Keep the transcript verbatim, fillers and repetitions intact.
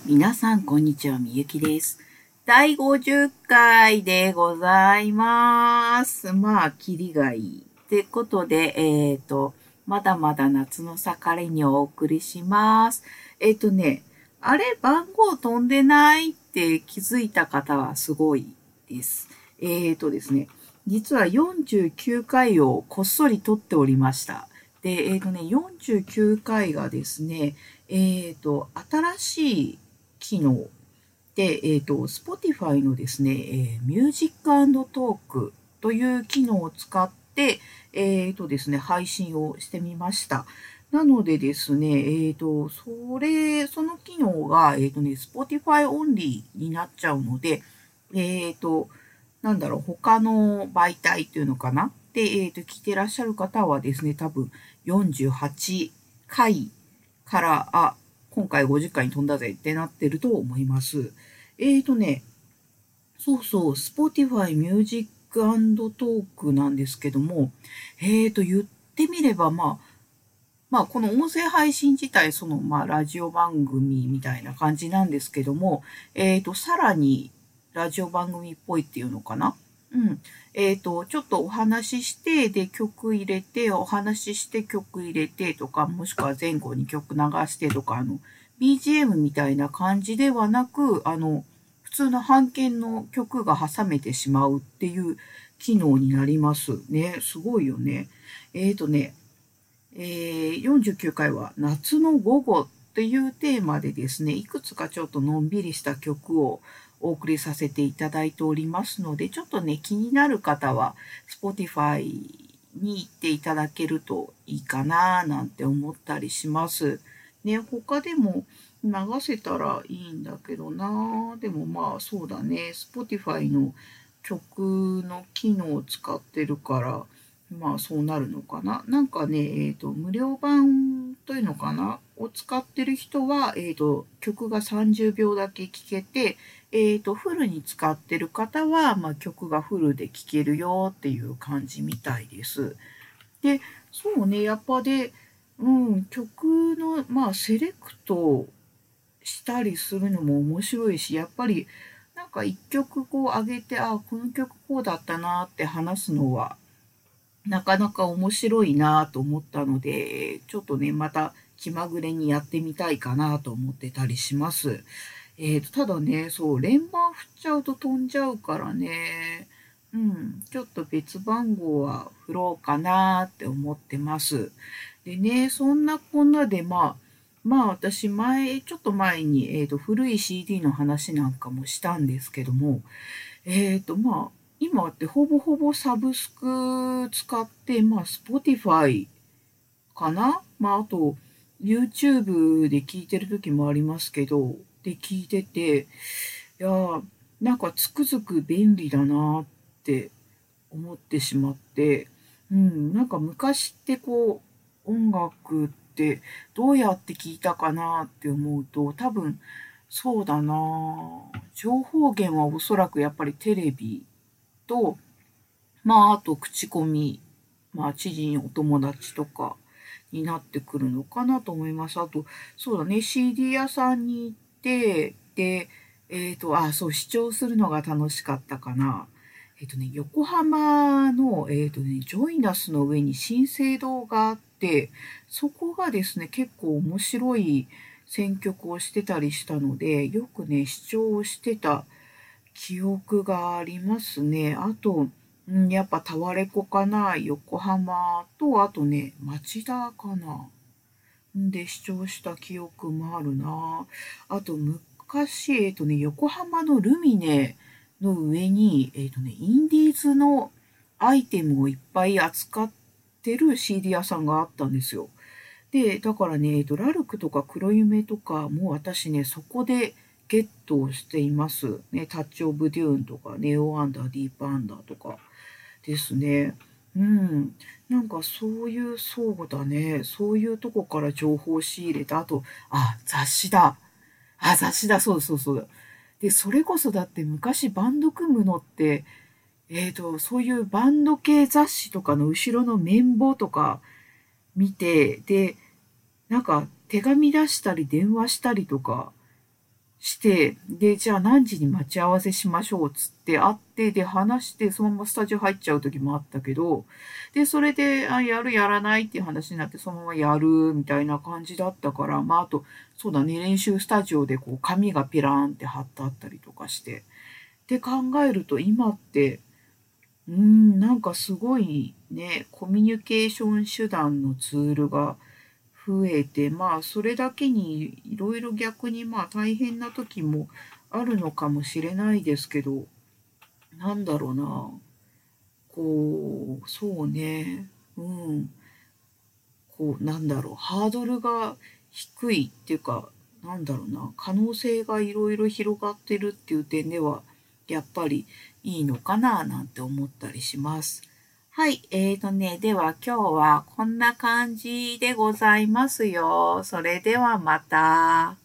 皆さん、こんにちは。みゆきです。だいごじゅっかいでございます。まあ、キリがいい。ってことで、えっと、まだまだ夏の盛りにお送りします。えっとね、あれ、番号飛んでないって気づいた方はすごいです。えっとですね、実はよんじゅうきゅうかいをこっそり撮っておりました。で、えっとね、よんじゅうきゅうかいがですね、えっと、新しい機能で、えっと、Spotify のですね、えー、ミュージック&トークという機能を使って、えっとですね、配信をしてみました。なのでですね、えっと、それ、その機能が、えっとね、Spotify オンリーになっちゃうので、えっと、なんだろう、他の媒体っていうのかなで、えっと、聞いてらっしゃる方はですね、多分よんじゅうはちかいから、あ、今回ごじゅっかいに飛んだぜってなってると思います。えーとね、そうそう、Spotify Music Talk なんですけども、えーと、言ってみれば、まあ、まあ、この音声配信自体、その、まあ、ラジオ番組みたいな感じなんですけども、えーと、さらに、ラジオ番組っぽいっていうのかな。うん。えーと、ちょっとお話しして、で、曲入れて、お話しして曲入れてとか、もしくは前後に曲流してとか、あの、ビージーエム みたいな感じではなく、あの、普通の版権の曲が挟めてしまうっていう機能になりますね。すごいよね。えーとね、えー、よんじゅうきゅうかいは夏の午後っていうテーマでですね、いくつかちょっとのんびりした曲をお送りさせていただいておりますので、ちょっとね、気になる方は Spotify に行っていただけるといいかななんて思ったりします。ね、他でも流せたらいいんだけどな。でもまあそうだね、Spotify の曲の機能を使ってるから、まあそうなるのかな。なんかね、えっと、無料版というのかなを使ってる人は、えっと、曲がさんじゅうびょうだけ聴けて、えっと、フルに使ってる方は、まあ曲がフルで聴けるよっていう感じみたいです。で、そうね、やっぱで、うん、曲の、まあセレクトしたりするのも面白いし、やっぱり、なんか一曲こう上げて、あ、この曲こうだったなって話すのは、なかなか面白いなと思ったので、ちょっとね、また気まぐれにやってみたいかなと思ってたりします。えーと、ただね、そう、連番振っちゃうと飛んじゃうからね、うん、ちょっと別番号は振ろうかなって思ってます。でね、そんなこんなで、まあ、まあ私前、ちょっと前に、えーと、古い シーディー の話なんかもしたんですけども、えっと、まあ、今ってほぼほぼサブスク使って、まあ、Spotify かなまあ、あと、YouTube で聞いてる時もありますけど、で聞いてて、いやー、なんかつくづく便利だなって思ってしまって、うん、なんか昔ってこう、音楽ってどうやって聞いたかなって思うと、多分、そうだな情報源はおそらくやっぱりテレビと、まあ、あと口コミ、まあ、知人、お友達とかになってくるのかなと思います。あと、そうだね、シーディー 屋さんに行って、で、えっと、あ、そう、視聴するのが楽しかったかな。えっとね、横浜の、えっとね、ジョイナスの上に新生堂があって、そこがですね、結構面白い選曲をしてたりしたので、よくね、視聴してた記憶がありますね。あと、うん、やっぱタワレコかな、横浜と、あとね、町田かな。んで視聴した記憶もあるな。あと、昔、えっとね、横浜のルミネの上に、えっとね、インディーズのアイテムをいっぱい扱ってる シーディー 屋さんがあったんですよ。で、だからね、えっと、ラルクとか黒夢とかも私ね、そこでゲットをしています。ね、タッチオブデューンとか、ネオアンダー、ディープアンダーとかですね。うん。なんかそういう、そうだね。そういうとこから情報を仕入れた。あと、あ、雑誌だ。あ、雑誌だ。そうそうそう。で、それこそだって昔バンド組むのって、えっと、そういうバンド系雑誌とかの後ろの綿棒とか見て、で、なんか手紙出したり電話したりとかして、で、じゃあ何時に待ち合わせしましょうっつって会って、で、話して、そのままスタジオ入っちゃう時もあったけど、で、それで、あ、やるやらないっていう話になって、そのままやるみたいな感じだったから、まあ、あと、そうだね、練習スタジオでこう、紙がピラーンって貼ってあったりとかして、って考えると、今って、うーん、なんかすごいね、コミュニケーション手段のツールが増えて、まあ、それだけにいろいろ逆にまあ大変な時もあるのかもしれないですけど、なんだろうな、こう、そうね、うん、こう、なんだろう、ハードルが低いっていうか、なんだろうな、可能性がいろいろ広がってるっていう点では、やっぱりいいのかななんて思ったりします。はい、えーとね、では今日はこんな感じでございますよ。それではまた。